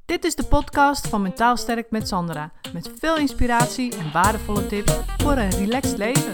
Dit is de podcast van Mentaal Sterk met Sandra. Met veel inspiratie en waardevolle tips voor een relaxed leven.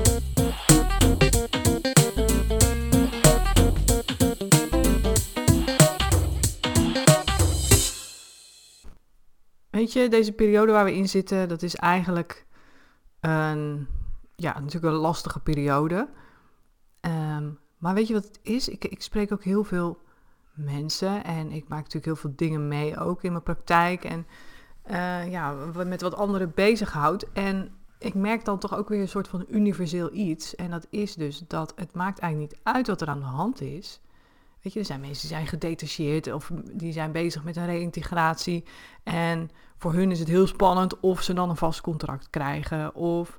Weet je, deze periode waar we in zitten, dat is eigenlijk natuurlijk een lastige periode. Maar weet je wat het is? Ik spreek ook heel veel mensen en ik maak natuurlijk heel veel dingen mee, ook in mijn praktijk en met wat anderen bezighoud. En ik merk dan toch ook weer een soort van universeel iets. En dat is dus dat het maakt eigenlijk niet uit wat er aan de hand is. Weet je, er zijn mensen die zijn gedetacheerd of die zijn bezig met een reïntegratie. En voor hun is het heel spannend of ze dan een vast contract krijgen of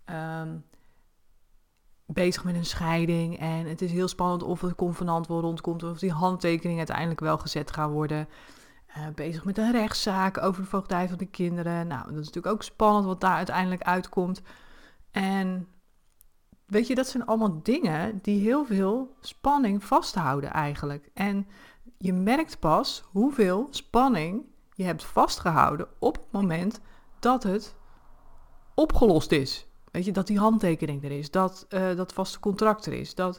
bezig met een scheiding. En het is heel spannend of het convenant wel rondkomt of die handtekening uiteindelijk wel gezet gaan worden. Bezig met een rechtszaak over de voogdij van de kinderen. Nou, dat is natuurlijk ook spannend wat daar uiteindelijk uitkomt. En weet je, dat zijn allemaal dingen die heel veel spanning vasthouden eigenlijk. En je merkt pas hoeveel spanning je hebt vastgehouden op het moment dat het opgelost is. Weet je, dat die handtekening er is, dat vaste contract er is, dat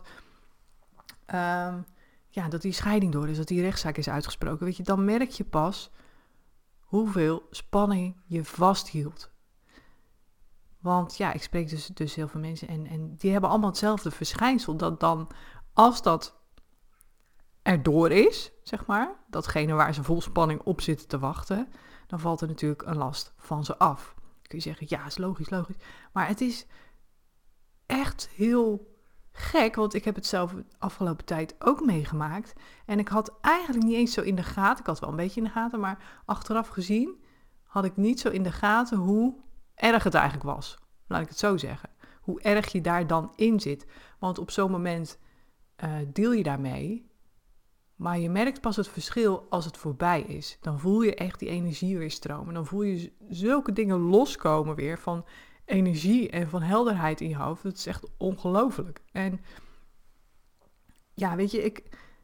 die scheiding door is, dat die rechtszaak is uitgesproken. Weet je, dan merk je pas hoeveel spanning je vasthield. Want ja, ik spreek dus heel veel mensen en die hebben allemaal hetzelfde verschijnsel. Dat dan, als dat erdoor is, zeg maar, datgene waar ze vol spanning op zitten te wachten, dan valt er natuurlijk een last van ze af. Kun je zeggen, ja, is logisch. Maar het is echt heel gek, want ik heb het zelf de afgelopen tijd ook meegemaakt. En ik had eigenlijk niet eens zo in de gaten, ik had wel een beetje in de gaten, maar achteraf gezien had ik niet zo in de gaten hoe erg het eigenlijk was. Laat ik het zo zeggen. Hoe erg je daar dan in zit. Want op zo'n moment deel je daarmee. Maar je merkt pas het verschil als het voorbij is. Dan voel je echt die energie weer stromen. Dan voel je zulke dingen loskomen weer van energie en van helderheid in je hoofd. Dat is echt ongelooflijk. En ja, weet je,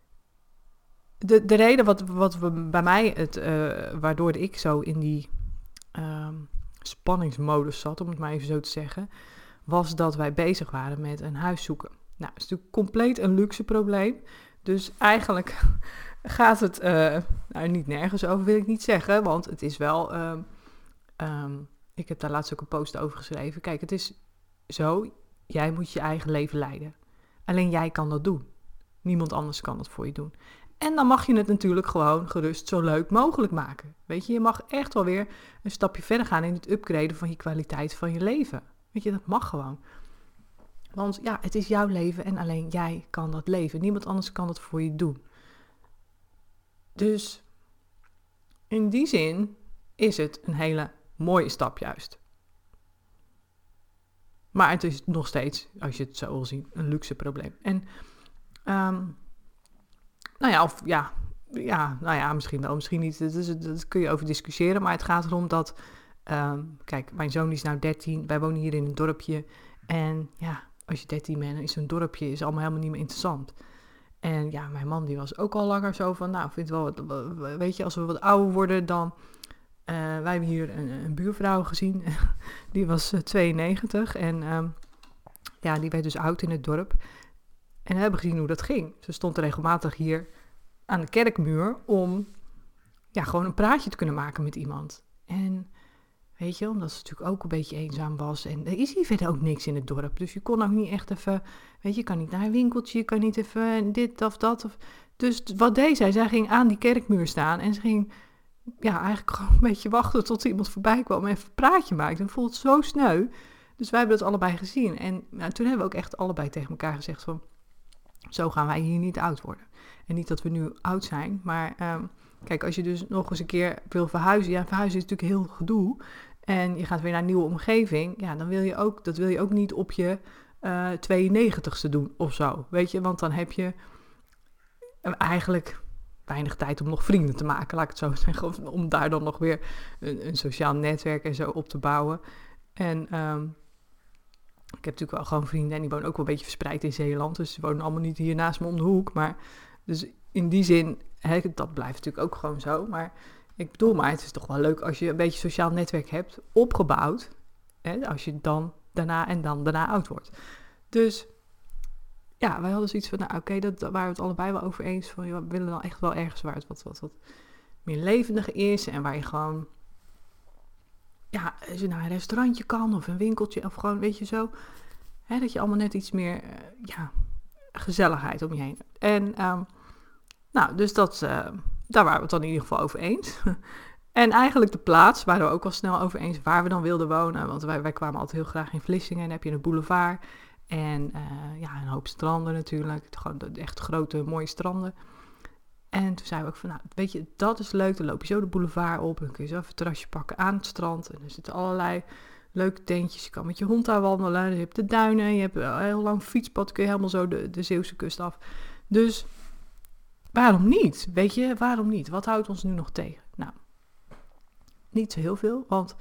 de reden wat we bij mij, waardoor ik zo in die spanningsmodus zat, om het maar even zo te zeggen, was dat wij bezig waren met een huis zoeken. Nou, dat is natuurlijk compleet een luxe probleem. Dus eigenlijk gaat het niet nergens over, wil ik niet zeggen. Want het is wel, ik heb daar laatst ook een post over geschreven. Kijk, het is zo, jij moet je eigen leven leiden. Alleen jij kan dat doen. Niemand anders kan dat voor je doen. En dan mag je het natuurlijk gewoon gerust zo leuk mogelijk maken. Weet je, je mag echt wel weer een stapje verder gaan in het upgraden van je kwaliteit van je leven. Weet je, dat mag gewoon. Want ja, het is jouw leven en alleen jij kan dat leven. Niemand anders kan dat voor je doen. Dus in die zin is het een hele mooie stap juist. Maar het is nog steeds, als je het zo wil zien, een luxe probleem. En misschien wel, misschien niet. Dat kun je over discussiëren. Maar het gaat erom dat, kijk, mijn zoon is nou 13. Wij wonen hier in een dorpje. En ja, als je 13 bent, is zo'n dorpje is allemaal helemaal niet meer interessant. En ja, mijn man die was ook al langer zo van, nou, vindt wel, weet je, als we wat ouder worden, dan, wij hebben hier een buurvrouw gezien, die was 92 en die werd dus oud in het dorp. En we hebben gezien hoe dat ging. Ze stond regelmatig hier aan de kerkmuur om gewoon een praatje te kunnen maken met iemand. En weet je, omdat ze natuurlijk ook een beetje eenzaam was. En er is hier verder ook niks in het dorp. Dus je kon ook niet echt even, weet je kan niet naar een winkeltje, je kan niet even dit of dat. Dus wat deed zij? Zij ging aan die kerkmuur staan en ze ging eigenlijk gewoon een beetje wachten tot iemand voorbij kwam en even een praatje maakte. En voelde het zo sneu. Dus wij hebben dat allebei gezien. En toen hebben we ook echt allebei tegen elkaar gezegd van, zo gaan wij hier niet oud worden. En niet dat we nu oud zijn, maar kijk, als je dus nog eens een keer wil verhuizen. Ja, verhuizen is natuurlijk heel gedoe. En je gaat weer naar een nieuwe omgeving. Ja, dan wil je ook niet op je 92ste doen of zo. Weet je, want dan heb je eigenlijk weinig tijd om nog vrienden te maken, laat ik het zo zeggen. Of om daar dan nog weer een sociaal netwerk en zo op te bouwen. En ik heb natuurlijk wel gewoon vrienden en die wonen ook wel een beetje verspreid in Zeeland. Dus die wonen allemaal niet hier naast me om de hoek. Maar dus in die zin, dat blijft natuurlijk ook gewoon zo. Maar Ik bedoel maar, het is toch wel leuk als je een beetje sociaal netwerk hebt opgebouwd. Hè, als je dan daarna oud wordt. Dus ja, wij hadden zoiets van, nou oké, dat waren we het allebei wel over eens. Van, joh, we willen dan echt wel ergens waar het wat meer levendig is. En waar je gewoon, ja, als je naar een restaurantje kan of een winkeltje of gewoon, weet je zo. Hè, dat je allemaal net iets meer, gezelligheid om je heen hebt. En nou, dus daar waren we het dan in ieder geval over eens. En eigenlijk de plaats waren we ook al snel over eens waar we dan wilden wonen. Want wij kwamen altijd heel graag in Vlissingen. En dan heb je een boulevard. En een hoop stranden natuurlijk. Gewoon echt grote, mooie stranden. En toen zeiden we ook van, nou, weet je, dat is leuk. Dan loop je zo de boulevard op. En dan kun je zo even een terrasje pakken aan het strand. En er zitten allerlei leuke tentjes. Je kan met je hond daar wandelen. Je hebt de duinen. Je hebt een heel lang fietspad. Kun je helemaal zo de Zeeuwse kust af. Dus waarom niet? Weet je, waarom niet? Wat houdt ons nu nog tegen? Nou, niet zo heel veel. Want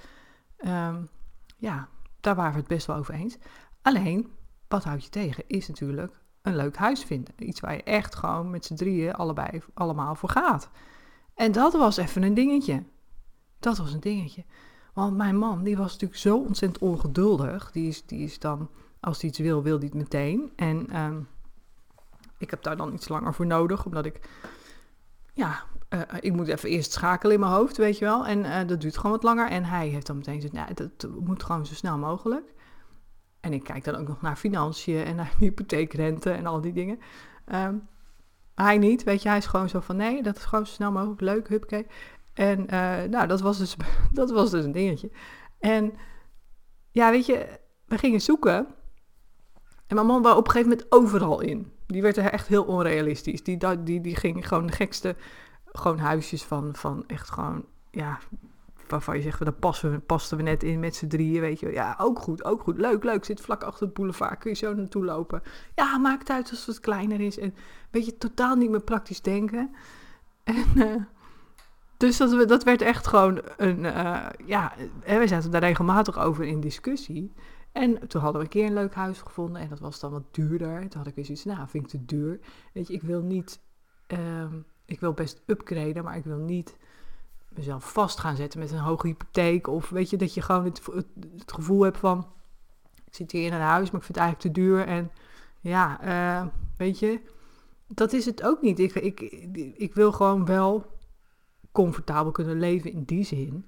daar waren we het best wel over eens. Alleen, wat houdt je tegen? Is natuurlijk een leuk huis vinden. Iets waar je echt gewoon met z'n drieën allemaal voor gaat. En dat was even een dingetje. Dat was een dingetje. Want mijn man, die was natuurlijk zo ontzettend ongeduldig. Die is dan, als hij iets wil hij het meteen. En ik heb daar dan iets langer voor nodig, omdat ik, ik moet even eerst schakelen in mijn hoofd, weet je wel. En dat duurt gewoon wat langer. En hij heeft dan meteen gezegd, nou, dat moet gewoon zo snel mogelijk. En ik kijk dan ook nog naar financiën en naar hypotheekrente en al die dingen. Hij niet, weet je, hij is gewoon zo van, nee, dat is gewoon zo snel mogelijk, leuk, huppakee. En dat was dus een dingetje. En ja, weet je, we gingen zoeken. En mijn man wou op een gegeven moment overal in. Die werd er echt heel onrealistisch. Die ging gewoon de gekste gewoon huisjes van echt gewoon, ja, waarvan je zegt, daar pasten we net in met z'n drieën, weet je. Ja, ook goed, leuk, zit vlak achter het boulevard, kun je zo naartoe lopen. Ja, maakt uit als het kleiner is. En weet je, totaal niet meer praktisch denken. En dus dat werd echt gewoon we zaten daar regelmatig over in discussie. En toen hadden we een keer een leuk huis gevonden en dat was dan wat duurder. Toen had ik weer zoiets, nou, vind ik te duur. Weet je, ik wil best upgraden, maar ik wil niet mezelf vast gaan zetten met een hoge hypotheek. Of weet je, dat je gewoon het gevoel hebt van, ik zit hier in een huis, maar ik vind het eigenlijk te duur. En weet je, dat is het ook niet. Ik wil gewoon wel comfortabel kunnen leven in die zin.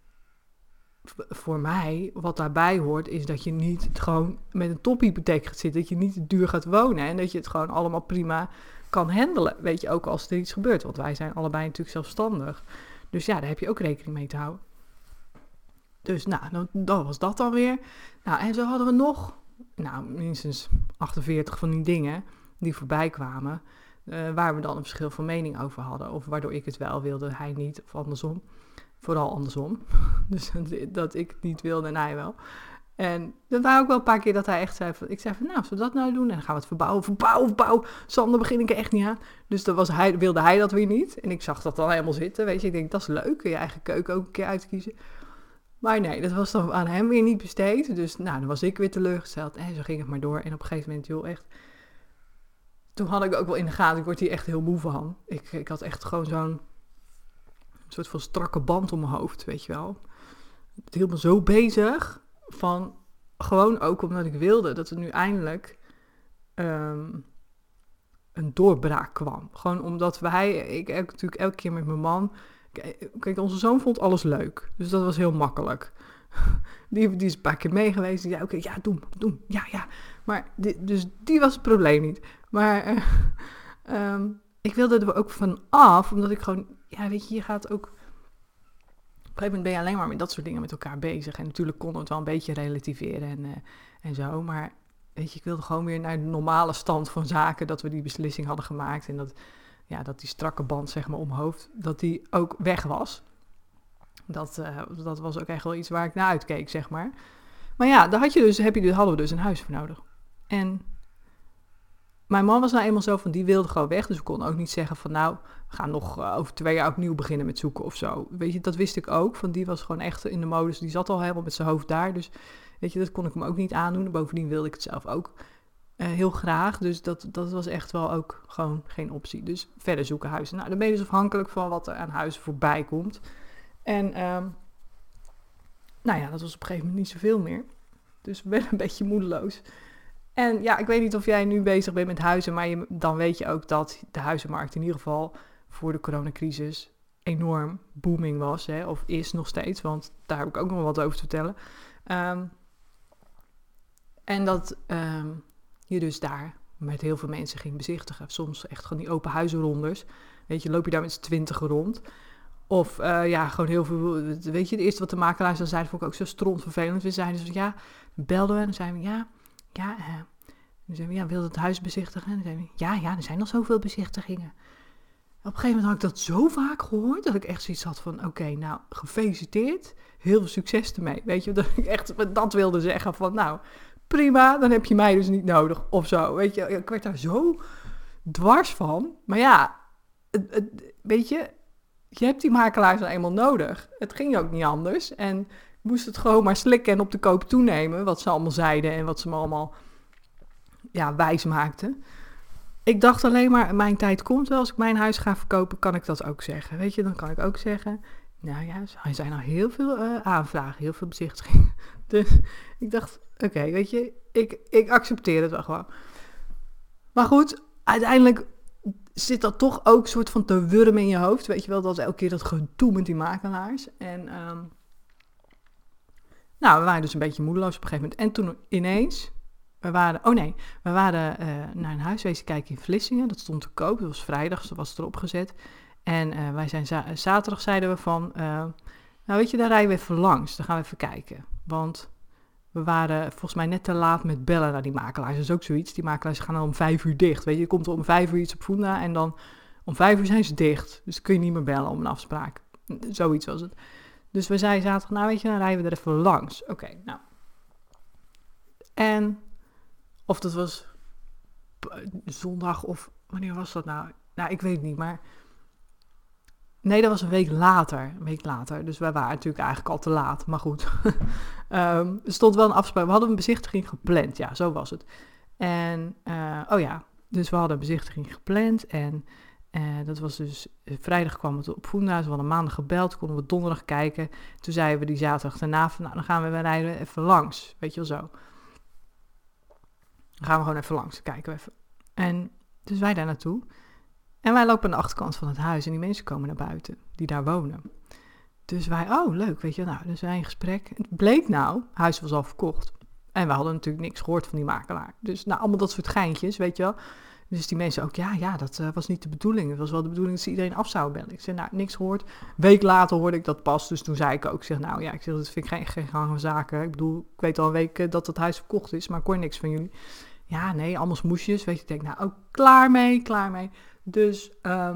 Voor mij, wat daarbij hoort, is dat je niet gewoon met een tophypotheek gaat zitten. Dat je niet te duur gaat wonen. En dat je het gewoon allemaal prima kan handelen. Weet je, ook als er iets gebeurt. Want wij zijn allebei natuurlijk zelfstandig. Dus ja, daar heb je ook rekening mee te houden. Dus nou, dan was dat dan weer. Nou, en zo hadden we nog, minstens 48 van die dingen die voorbij kwamen. Waar we dan een verschil van mening over hadden. Of waardoor ik het wel wilde, hij niet. Of andersom. Vooral andersom. Dus dat ik het niet wilde en hij wel. En er waren ook wel een paar keer dat hij echt zei van, ik zei van, nou, zullen we dat nou doen? En dan gaan we het verbouwen. Sander, begin ik er echt niet aan. Dus wilde hij dat weer niet. En ik zag dat dan helemaal zitten, weet je. Ik denk, dat is leuk, je eigen keuken ook een keer uitkiezen. Maar nee, dat was dan aan hem weer niet besteed. Dus dan was ik weer teleurgesteld. En zo ging het maar door. En op een gegeven moment, joh, echt. Toen had ik ook wel in de gaten, ik word hier echt heel moe van. Ik had echt gewoon zo'n soort van strakke band om mijn hoofd, weet je wel. Het hield me zo bezig van, gewoon ook omdat ik wilde dat er nu eindelijk een doorbraak kwam. Gewoon omdat ik natuurlijk elke keer met mijn man, kijk, onze zoon vond alles leuk. Dus dat was heel makkelijk. Die is een paar keer mee geweest. Die zei, oké, ja, doen. Ja. Maar dus die was het probleem niet. Maar ik wilde er ook van af, omdat ik gewoon, ja, weet je gaat ook, op een gegeven moment ben je alleen maar met dat soort dingen met elkaar bezig. En natuurlijk konden we het wel een beetje relativeren en zo. Maar weet je, ik wilde gewoon weer naar de normale stand van zaken, dat we die beslissing hadden gemaakt. En dat die strakke band, zeg maar, om mijn hoofd, dat die ook weg was. Dat was ook echt wel iets waar ik naar uitkeek, zeg maar. Maar ja, daar hadden we dus een huis voor nodig. En mijn man was nou eenmaal zo van, die wilde gewoon weg. Dus we konden ook niet zeggen van, nou, we gaan nog over 2 jaar opnieuw beginnen met zoeken of zo. Weet je, dat wist ik ook. Van die was gewoon echt in de modus. Die zat al helemaal met zijn hoofd daar. Dus weet je, dat kon ik hem ook niet aandoen. Bovendien wilde ik het zelf ook. heel graag. Dus dat was echt wel ook gewoon geen optie. Dus verder zoeken huizen. Nou, dan ben je dus afhankelijk van wat er aan huizen voorbij komt. En nou ja, dat was op een gegeven moment niet zoveel meer. Dus we werden een beetje moedeloos. En ja, ik weet niet of jij nu bezig bent met huizen, maar dan weet je ook dat de huizenmarkt in ieder geval voor de coronacrisis enorm booming was. Hè, of is nog steeds, want daar heb ik ook nog wat over te vertellen. En dat je dus daar met heel veel mensen ging bezichtigen. Soms echt gewoon die open huizenrondes. Weet je, loop je daar met z'n 20 rond. Of gewoon heel veel. Weet je, het eerste wat de makelaars dan zeiden, vond ik ook zo strontvervelend. We zeiden dus ja, belden we en dan zeiden we dan zeiden we wil het huis bezichtigen? En dan zeiden we er zijn nog zoveel bezichtigingen. Op een gegeven moment had ik dat zo vaak gehoord, dat ik echt zoiets had van, oké, nou, gefeliciteerd, heel veel succes ermee. Weet je, dat ik echt dat wilde zeggen van, nou, prima, dan heb je mij dus niet nodig, of zo. Weet je, ik werd daar zo dwars van. Maar ja, weet je hebt die makelaars dan eenmaal nodig. Het ging ook niet anders. En ik moest het gewoon maar slikken en op de koop toenemen, wat ze allemaal zeiden en wat ze me allemaal wijs maakten. Ik dacht alleen maar, mijn tijd komt wel. Als ik mijn huis ga verkopen, kan ik dat ook zeggen. Weet je, dan kan ik ook zeggen, nou ja, er zijn al heel veel aanvragen, heel veel bezichtigingen. Dus ik dacht, oké, weet je, ik accepteer het wel gewoon. Maar goed, uiteindelijk zit dat toch ook soort van te wurmen in je hoofd. Weet je wel, dat elke keer dat gedoe met die makelaars. En we waren dus een beetje moedeloos op een gegeven moment. En toen ineens, we waren naar een huiswezen kijken in Vlissingen. Dat stond te koop, dat was vrijdag, dus dat was erop gezet. En wij zijn zaterdag zeiden we van, weet je, daar rijden we even langs. Dan gaan we even kijken. Want we waren volgens mij net te laat met bellen naar die makelaars. Dat is ook zoiets. Die makelaars gaan dan om 5 uur dicht. Weet je, je komt er om 5 uur iets op Funda en dan om 5 uur zijn ze dicht. Dus dan kun je niet meer bellen om een afspraak. Zoiets was het. Dus we zeiden zaterdag, nou weet je, dan rijden we er even langs. Oké, nou. En of dat was zondag of wanneer was dat nou? Nou, ik weet het niet, maar nee, dat was een week later. Dus wij waren natuurlijk eigenlijk al te laat. Maar goed, er stond wel een afspraak. We hadden een bezichtiging gepland. Ja, zo was het. En, dus we hadden een bezichtiging gepland. En dat was dus, vrijdag kwam het op Funda. We hadden maandag gebeld, konden we donderdag kijken. Toen zeiden we die zaterdag daarna van, nou, dan gaan we rijden even langs. Weet je wel zo. Dan gaan we gewoon even langs, kijken we even. En dus wij daar naartoe. En wij lopen aan de achterkant van het huis en die mensen komen naar buiten, die daar wonen. Dus wij, leuk, weet je, nou, dus wij in gesprek. Het bleek nou, het huis was al verkocht. En we hadden natuurlijk niks gehoord van die makelaar. Dus nou, allemaal dat soort geintjes, weet je wel. Dus die mensen ook, dat was niet de bedoeling. Het was wel de bedoeling dat ze iedereen af zouden bellen. Ik zei, nou, niks gehoord. Een week later hoorde ik dat pas, dus toen zei ik ook, dat vind ik geen gang van zaken. Ik bedoel, ik weet al een week dat het huis verkocht is, maar ik hoor niks van jullie. Ja, nee, allemaal smoesjes, weet je. Ik denk, nou, ook klaar mee. Dus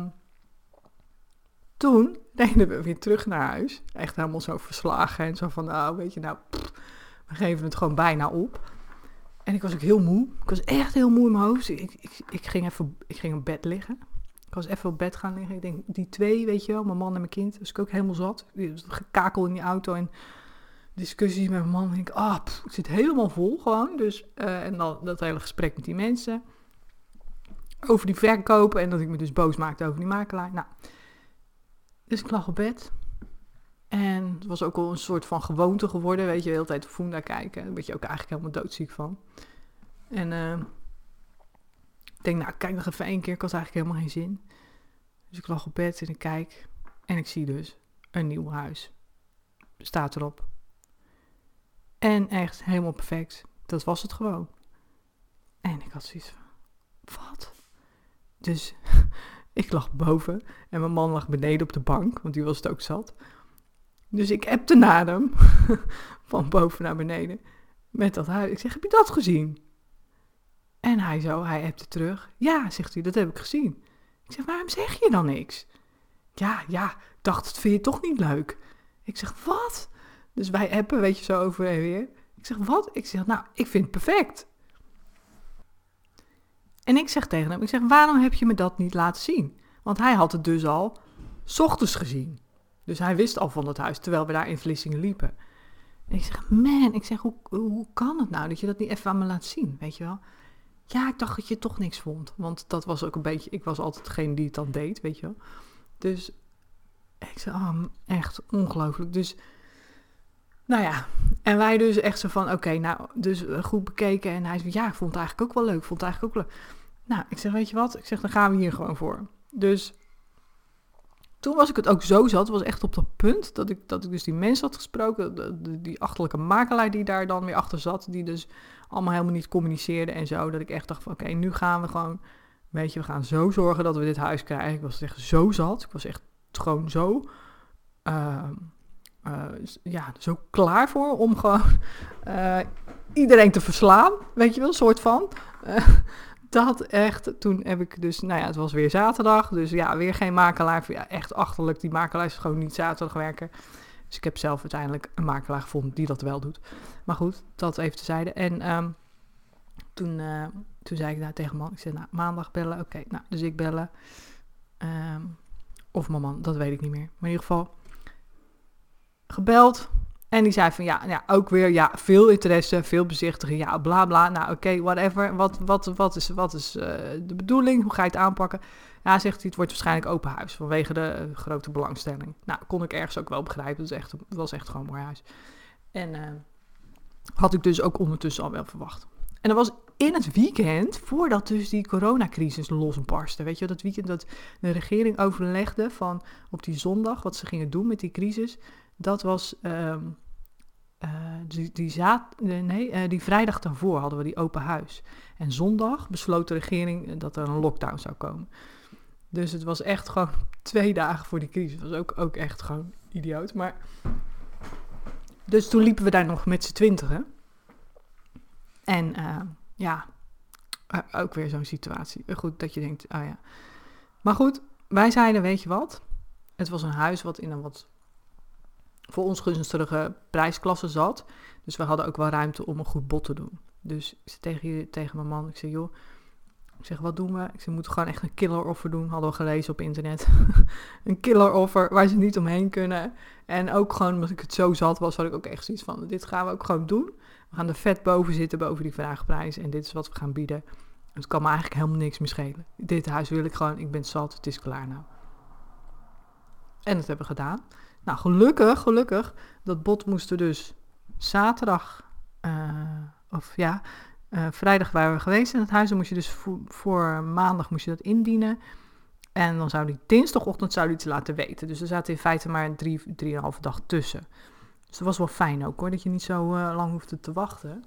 toen reden we weer terug naar huis. Echt helemaal zo verslagen en zo van, we geven het gewoon bijna op. En ik was ook heel moe. Ik was echt heel moe in mijn hoofd. Ik ging op bed liggen. Ik was even op bed gaan liggen. Ik denk, die twee, weet je wel, mijn man en mijn kind. Dus ik ook helemaal zat. Gekakel in die auto en discussies met mijn man. En ik ik zit helemaal vol gewoon. Dus, en dan dat hele gesprek met die mensen. Over die verkopen en dat ik me dus boos maakte over die makelaar. Nou, dus ik lag op bed. En het was ook al een soort van gewoonte geworden, weet je, de hele tijd op Funda kijken. Daar word je ook eigenlijk helemaal doodziek van. En ik denk, nou, kijk nog even 1 keer. Ik had eigenlijk helemaal geen zin. Dus ik lag op bed en ik kijk. En ik zie dus een nieuw huis. Staat erop. En echt helemaal perfect. Dat was het gewoon. En ik had zoiets van, wat? Dus ik lag boven en mijn man lag beneden op de bank, want die was het ook zat. Dus ik appte naar hem, van boven naar beneden, met dat huis. Ik zeg, heb je dat gezien? En hij appte terug. Ja, zegt hij, dat heb ik gezien. Ik zeg, waarom zeg je dan niks? Ja, ik dacht, dat vind je toch niet leuk? Ik zeg, wat? Dus wij appen, weet je, zo over en weer. Ik zeg, wat? Ik zeg, nou, ik vind het perfect. En ik zeg tegen hem, waarom heb je me dat niet laten zien? Want hij had het dus al 's ochtends gezien. Dus hij wist al van dat huis, terwijl we daar in Vlissingen liepen. En ik zeg, hoe kan het nou dat je dat niet even aan me laat zien, weet je wel? ja, ik dacht dat je toch niks vond. Want dat was ook een beetje, ik was altijd degene die het dan deed, weet je wel. Dus ik zei, echt ongelooflijk. Dus, nou ja. En wij dus echt zo van, oké, nou, dus goed bekeken. En hij zei, ja, ik vond het eigenlijk ook wel leuk. Nou, ik zeg, weet je wat? Ik zeg, dan gaan we hier gewoon voor. Dus toen was ik het ook zo zat. Het was echt op dat punt dat ik dus die mensen had gesproken. Die achterlijke makelaar die daar dan weer achter zat. Die dus allemaal helemaal niet communiceerde en zo. Dat ik echt dacht van, oké, nu gaan we gewoon, weet je, we gaan zo zorgen dat we dit huis krijgen. Ik was echt zo zat. Ik was echt gewoon zo, zo klaar voor om gewoon iedereen te verslaan. Weet je wel, een soort van. Dat echt, toen heb ik dus, nou ja, het was weer zaterdag. Dus ja, weer geen makelaar. Ja, echt achterlijk, die makelaar is gewoon niet zaterdag werken. Dus ik heb zelf uiteindelijk een makelaar gevonden die dat wel doet. Maar goed, dat even tezijde. En toen zei ik nou tegen mijn man, ik zei, nou, maandag bellen. Oké, nou, dus ik bellen. Of mijn man, dat weet ik niet meer. Maar in ieder geval, gebeld. En die zei van, ja, ook weer, ja, veel interesse, veel bezichtigen, ja, bla bla. Nou, oké, whatever. Wat is de bedoeling? Hoe ga je het aanpakken? Ja, zegt hij, het wordt waarschijnlijk open huis vanwege de grote belangstelling. Nou, kon ik ergens ook wel begrijpen. Het was echt gewoon een mooi huis. En had ik dus ook ondertussen al wel verwacht. En dat was in het weekend, voordat dus die coronacrisis losbarstte. Weet je, dat weekend dat de regering overlegde van op die zondag wat ze gingen doen met die crisis. Dat was die vrijdag daarvoor hadden we die open huis. En zondag besloot de regering dat er een lockdown zou komen. Dus het was echt gewoon 2 dagen voor die crisis. Dat was ook echt gewoon idioot. Maar dus toen liepen we daar nog met z'n 20. En ook weer zo'n situatie. Goed dat je denkt, oh ja. Maar goed, wij zeiden, weet je wat? Het was een huis wat in een wat voor ons gunstige prijsklasse zat. Dus we hadden ook wel ruimte om een goed bod te doen. Dus ik zei tegen mijn man, ik zei, joh, ik zeg, wat doen we? Ik zeg, we moeten gewoon echt een killer offer doen. Hadden we gelezen op internet. Een killer offer waar ze niet omheen kunnen. En ook gewoon, omdat ik het zo zat was, had ik ook echt zoiets van, dit gaan we ook gewoon doen. We gaan er vet boven zitten, boven die vraagprijs. En dit is wat we gaan bieden. Het kan me eigenlijk helemaal niks meer schelen. Dit huis wil ik gewoon, ik ben zat, het is klaar nou. En dat hebben we gedaan. Nou, gelukkig, dat bod moest er dus zaterdag, vrijdag waren we geweest in het huis. Dan moest je dus voor maandag moest je dat indienen. En dan zou die dinsdagochtend iets laten weten. Dus er zaten in feite maar 3,5 dag tussen. Dus dat was wel fijn ook hoor, dat je niet zo lang hoefde te wachten.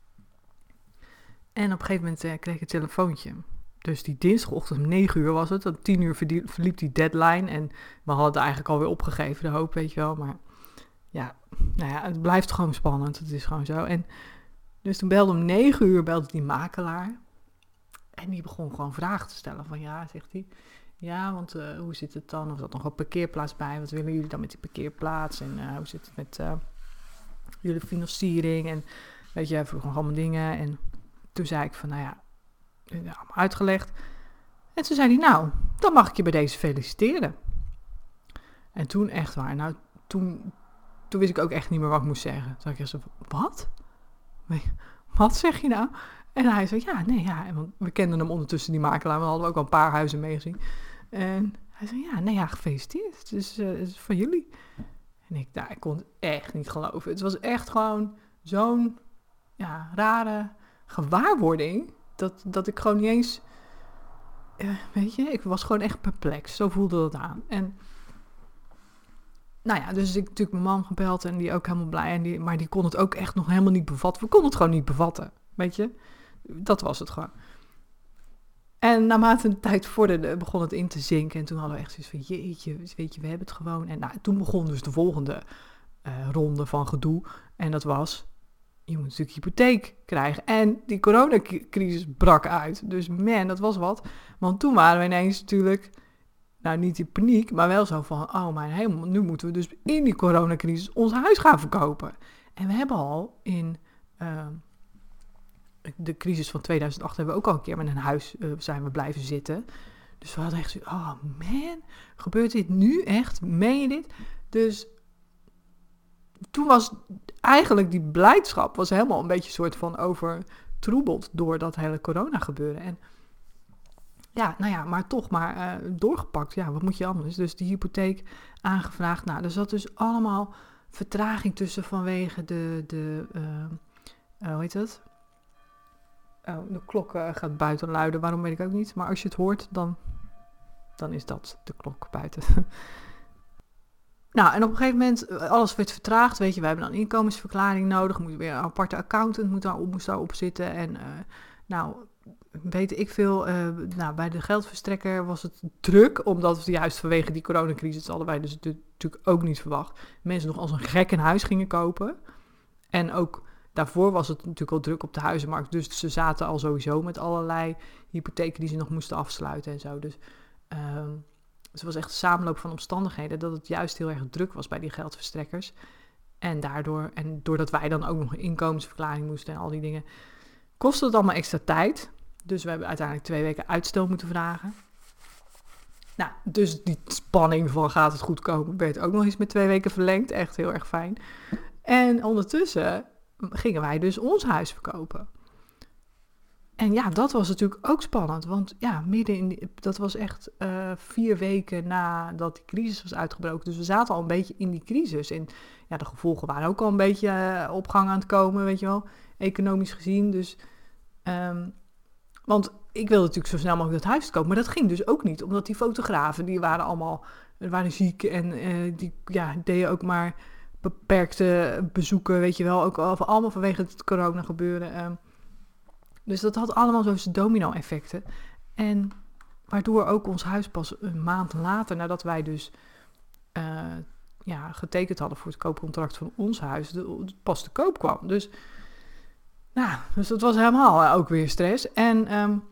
En op een gegeven moment kreeg ik een telefoontje. Dus die dinsdagochtend om 9 uur was het. Om 10 uur verliep die deadline. En we hadden het eigenlijk alweer opgegeven, de hoop, weet je wel. Maar ja, nou ja, het blijft gewoon spannend. Het is gewoon zo. En dus toen belde om 9 uur die makelaar. En die begon gewoon vragen te stellen. Van ja, zegt hij. Ja, want hoe zit het dan? Of zat nog een parkeerplaats bij? Wat willen jullie dan met die parkeerplaats? En hoe zit het met jullie financiering? En weet je, hij vroeg nog allemaal dingen. En toen zei ik van, nou ja, allemaal uitgelegd. En toen zei hij, nou, dan mag ik je bij deze feliciteren. En toen echt waar, nou, toen wist ik ook echt niet meer wat ik moest zeggen. Toen ik echt zo, wat? Wat zeg je nou? En hij zei, want we kenden hem ondertussen, die makelaar. We hadden ook al een paar huizen meegezien. En hij zei, gefeliciteerd. Het is van jullie. En ik kon het echt niet geloven. Het was echt gewoon zo'n rare gewaarwording. Dat ik gewoon niet eens, weet je, ik was gewoon echt perplex. Zo voelde het aan. En nou ja, dus ik natuurlijk mijn man gebeld en die ook helemaal blij. Maar die kon het ook echt nog helemaal niet bevatten. We konden het gewoon niet bevatten, weet je. Dat was het gewoon. En naarmate de tijd vorderde, begon het in te zinken. En toen hadden we echt zoiets van, jeetje, weet je, we hebben het gewoon. En nou, toen begon dus de volgende ronde van gedoe. En dat was, je moet natuurlijk hypotheek krijgen. En die coronacrisis brak uit. Dus man, dat was wat. Want toen waren we ineens natuurlijk, nou niet in paniek, maar wel zo van, oh mijn hemel, nu moeten we dus in die coronacrisis ons huis gaan verkopen. En we hebben al in de crisis van 2008 hebben we ook al een keer met een huis zijn we blijven zitten. Dus we hadden echt zo, oh man, gebeurt dit nu echt? Meen je dit? Dus toen was eigenlijk die blijdschap was helemaal een beetje een soort van vertroebeld door dat hele corona gebeuren. En ja, nou ja, maar toch maar doorgepakt. Ja, wat moet je anders? Dus die hypotheek aangevraagd. Nou, er zat dus allemaal vertraging tussen vanwege hoe heet het? Oh, de klok gaat buiten luiden. Waarom weet ik ook niet. Maar als je het hoort, dan is dat de klok buiten. Nou, en op een gegeven moment, alles werd vertraagd. Weet je, we hebben dan een inkomensverklaring nodig. Moet weer een aparte accountant moest daarop zitten. En weet ik veel. Bij de geldverstrekker was het druk. Omdat we juist vanwege die coronacrisis hadden wij dus natuurlijk ook niet verwacht. Mensen nog als een gek een huis gingen kopen. En ook daarvoor was het natuurlijk al druk op de huizenmarkt. Dus ze zaten al sowieso met allerlei hypotheken die ze nog moesten afsluiten en zo. Dus het was echt een samenloop van omstandigheden dat het juist heel erg druk was bij die geldverstrekkers. En doordat wij dan ook nog een inkomensverklaring moesten en al die dingen, kostte het allemaal extra tijd. Dus we hebben uiteindelijk 2 weken uitstel moeten vragen. Nou, dus die spanning van gaat het goed komen werd ook nog eens met 2 weken verlengd. Echt heel erg fijn. En ondertussen gingen wij dus ons huis verkopen. En ja, dat was natuurlijk ook spannend. Want ja, dat was echt 4 weken nadat die crisis was uitgebroken. Dus we zaten al een beetje in die crisis. En ja, de gevolgen waren ook al een beetje op gang aan het komen, weet je wel. Economisch gezien. Dus, want ik wilde natuurlijk zo snel mogelijk dat huis kopen. Maar dat ging dus ook niet. Omdat die fotografen, die waren ziek. En die deden ook maar beperkte bezoeken, weet je wel. Ook allemaal vanwege het corona gebeuren. Dus dat had allemaal zo'n domino-effecten. En waardoor ook ons huis pas een maand later, nadat wij dus getekend hadden voor het koopcontract van ons huis, pas te koop kwam. Dus dat was helemaal ook weer stress. En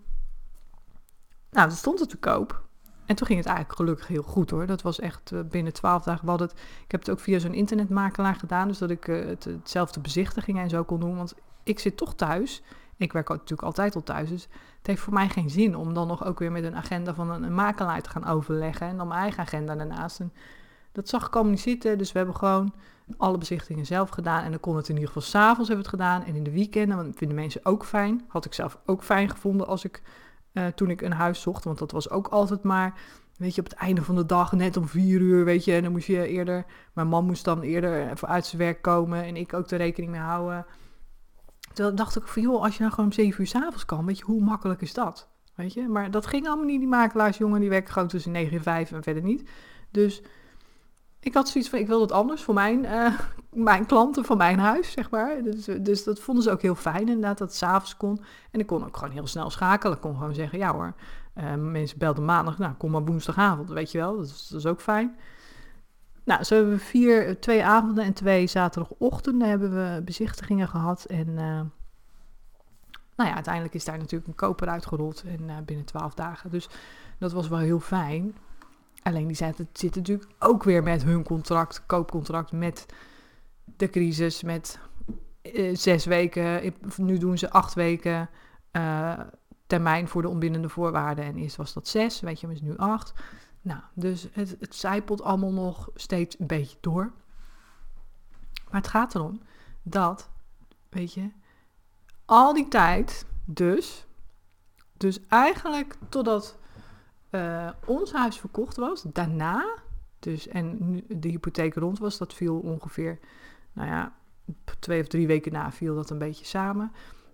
dat stond het te koop. En toen ging het eigenlijk gelukkig heel goed hoor. Dat was echt binnen 12 dagen. Ik heb het ook via zo'n internetmakelaar gedaan. Dus dat ik hetzelfde bezichtigingen en zo kon doen. Want ik zit toch thuis. Ik werk natuurlijk altijd al thuis. Dus het heeft voor mij geen zin om dan nog ook weer met een agenda van een makelaar te gaan overleggen. En dan mijn eigen agenda daarnaast. En dat zag ik allemaal niet zitten. Dus we hebben gewoon alle bezichtigingen zelf gedaan. En dan kon het in ieder geval 's avonds hebben we het gedaan. En in de weekenden, want dat vinden mensen ook fijn. Had ik zelf ook fijn gevonden toen ik een huis zocht. Want dat was ook altijd maar, weet je, op het einde van de dag, net om 4 uur, weet je. En dan moest je eerder, mijn man moest dan eerder even uit zijn werk komen. En ik ook er rekening mee houden. Toen dacht ik van, joh, als je nou gewoon om 7 uur 's avonds kan, weet je, hoe makkelijk is dat? Weet je, maar dat ging allemaal niet. Die makelaars, jongen, die werken gewoon tussen 9 en 5 en verder niet. Dus ik had zoiets van, ik wil dat anders voor mijn klanten van mijn huis, zeg maar. Dus dat vonden ze ook heel fijn, inderdaad, dat het 's avonds kon. En ik kon ook gewoon heel snel schakelen. Ik kon gewoon zeggen, ja hoor, mensen belden maandag, nou, kom maar woensdagavond, weet je wel. Dat is ook fijn. Nou, zo hebben we 2 avonden en 2 zaterdagochtenden hebben we bezichtigingen gehad. En uiteindelijk is daar natuurlijk een koper uitgerold en binnen 12 dagen. Dus dat was wel heel fijn. Alleen die zitten natuurlijk ook weer met hun koopcontract met de crisis, met 6 weken. Nu doen ze 8 weken termijn voor de onbindende voorwaarden. En eerst was dat 6, weet je, maar is nu 8. Nou, dus het zijpelt allemaal nog steeds een beetje door. Maar het gaat erom dat, weet je, al die tijd dus eigenlijk totdat ons huis verkocht was, daarna, dus en nu de hypotheek rond was, dat viel ongeveer, 2 of 3 weken na viel dat een beetje samen.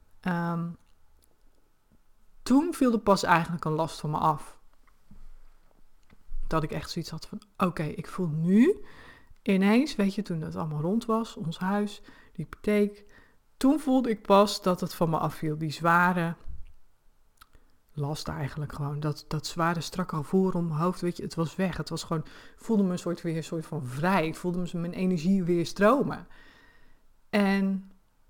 Toen viel er pas eigenlijk een last van me af. Dat ik echt zoiets had van, oké, ik voel nu ineens, weet je, toen dat allemaal rond was, ons huis, de hypotheek, toen voelde ik pas dat het van me afviel. Die zware last eigenlijk gewoon, dat zware strakke gevoel om mijn hoofd, weet je, het was weg. Het was gewoon, voelde me een soort van vrij. Ik voelde mijn energie weer stromen. En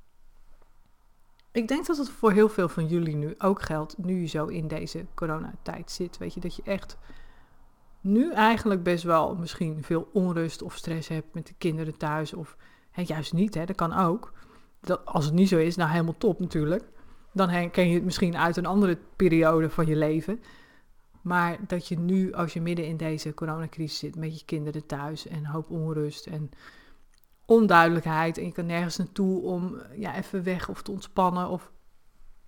ik denk dat het voor heel veel van jullie nu ook geldt, nu je zo in deze coronatijd zit, weet je, dat je echt nu eigenlijk best wel misschien veel onrust of stress hebt met de kinderen thuis. Of juist niet, dat kan ook. Als het niet zo is, nou helemaal top natuurlijk. Dan ken je het misschien uit een andere periode van je leven. Maar dat je nu, als je midden in deze coronacrisis zit, met je kinderen thuis en een hoop onrust en onduidelijkheid. En je kan nergens naartoe om even weg of te ontspannen. Of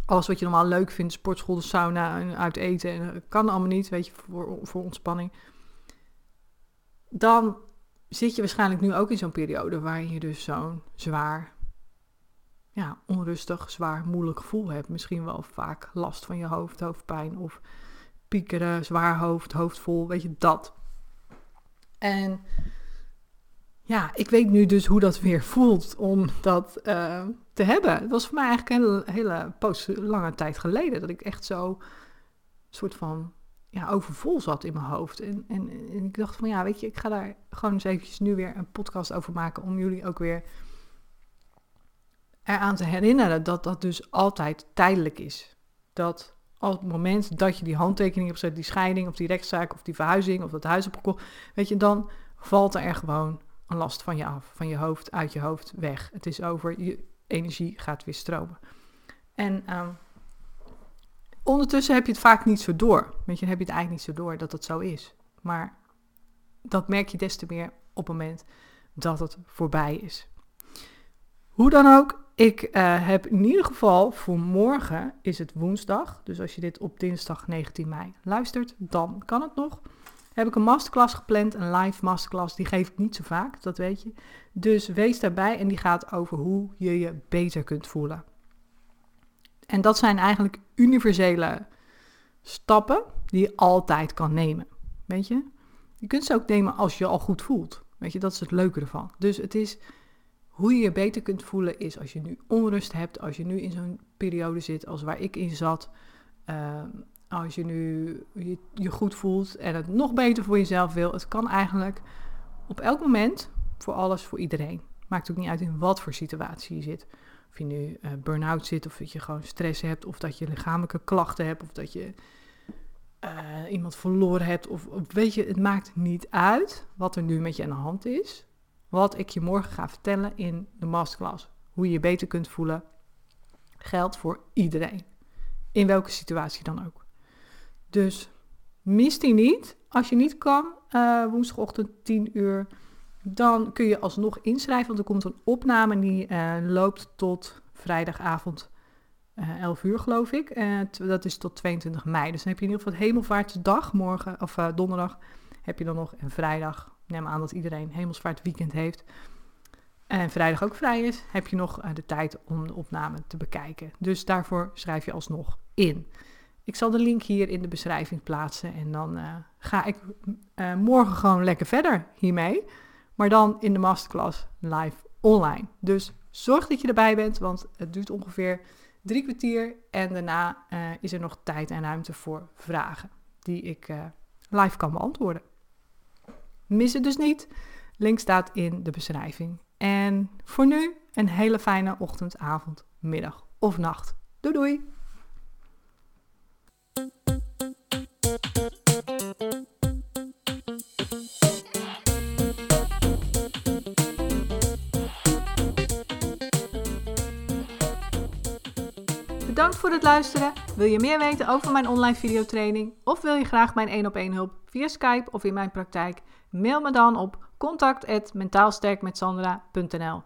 Alles wat je normaal leuk vindt, sportschool, de sauna, en uit eten, en kan allemaal niet, weet je, voor ontspanning. Dan zit je waarschijnlijk nu ook in zo'n periode waarin je dus zo'n zwaar, onrustig, zwaar, moeilijk gevoel hebt. Misschien wel vaak last van je hoofd, hoofdpijn of piekeren, zwaar hoofd vol, weet je, dat. En ik weet nu dus hoe dat weer voelt om dat te hebben. Het was voor mij eigenlijk een hele lange tijd geleden dat ik echt zo soort van overvol zat in mijn hoofd. En ik dacht van weet je, ik ga daar gewoon eens eventjes nu weer een podcast over maken om jullie ook weer eraan te herinneren dat dat dus altijd tijdelijk is. Dat op het moment dat je die handtekening opzet, die scheiding of die rechtszaak of die verhuizing of dat huis hebt gekocht, weet je, dan valt er gewoon een last van je af, van je hoofd, uit je hoofd, weg. Het is over, je energie gaat weer stromen. En ondertussen heb je het vaak niet zo door. Weet je, dan heb je het eigenlijk niet zo door dat het zo is. Maar dat merk je des te meer op het moment dat het voorbij is. Hoe dan ook, ik heb in ieder geval voor morgen, is het woensdag. Dus als je dit op dinsdag 19 mei luistert, dan kan het nog. Heb ik een masterclass gepland, een live masterclass. Die geef ik niet zo vaak, dat weet je. Dus wees daarbij en die gaat over hoe je je beter kunt voelen. En dat zijn eigenlijk universele stappen die je altijd kan nemen. Weet je? Je kunt ze ook nemen als je je al goed voelt. Weet je, dat is het leuke ervan. Dus het is hoe je je beter kunt voelen is als je nu onrust hebt, als je nu in zo'n periode zit als waar ik in zat. Als je nu je goed voelt en het nog beter voor jezelf wil. Het kan eigenlijk op elk moment, voor alles, voor iedereen. Maakt ook niet uit in wat voor situatie je zit. Of je nu burn-out zit, of dat je gewoon stress hebt, of dat je lichamelijke klachten hebt, of dat je iemand verloren hebt. Of weet je, het maakt niet uit wat er nu met je aan de hand is. Wat ik je morgen ga vertellen in de masterclass. Hoe je je beter kunt voelen, geldt voor iedereen. In welke situatie dan ook. Dus mis die niet. Als je niet kan, woensdagochtend 10 uur, dan kun je alsnog inschrijven. Want er komt een opname die loopt tot vrijdagavond 11 uur, geloof ik. Dat is tot 22 mei. Dus dan heb je in ieder geval het Hemelvaartsdag, morgen of donderdag, heb je dan nog. En vrijdag, neem aan dat iedereen Hemelsvaartweekend heeft. En vrijdag ook vrij is, heb je nog de tijd om de opname te bekijken. Dus daarvoor schrijf je alsnog in. Ik zal de link hier in de beschrijving plaatsen en dan ga ik morgen gewoon lekker verder hiermee. Maar dan in de masterclass live online. Dus zorg dat je erbij bent, want het duurt ongeveer 3 kwartier. En daarna is er nog tijd en ruimte voor vragen die ik live kan beantwoorden. Mis het dus niet. Link staat in de beschrijving. En voor nu een hele fijne ochtend, avond, middag of nacht. Doei doei! Bedankt voor het luisteren. Wil je meer weten over mijn online videotraining of wil je graag mijn 1-op-1 hulp via Skype of in mijn praktijk? Mail me dan op contact@mentaalsterkmetsandra.nl.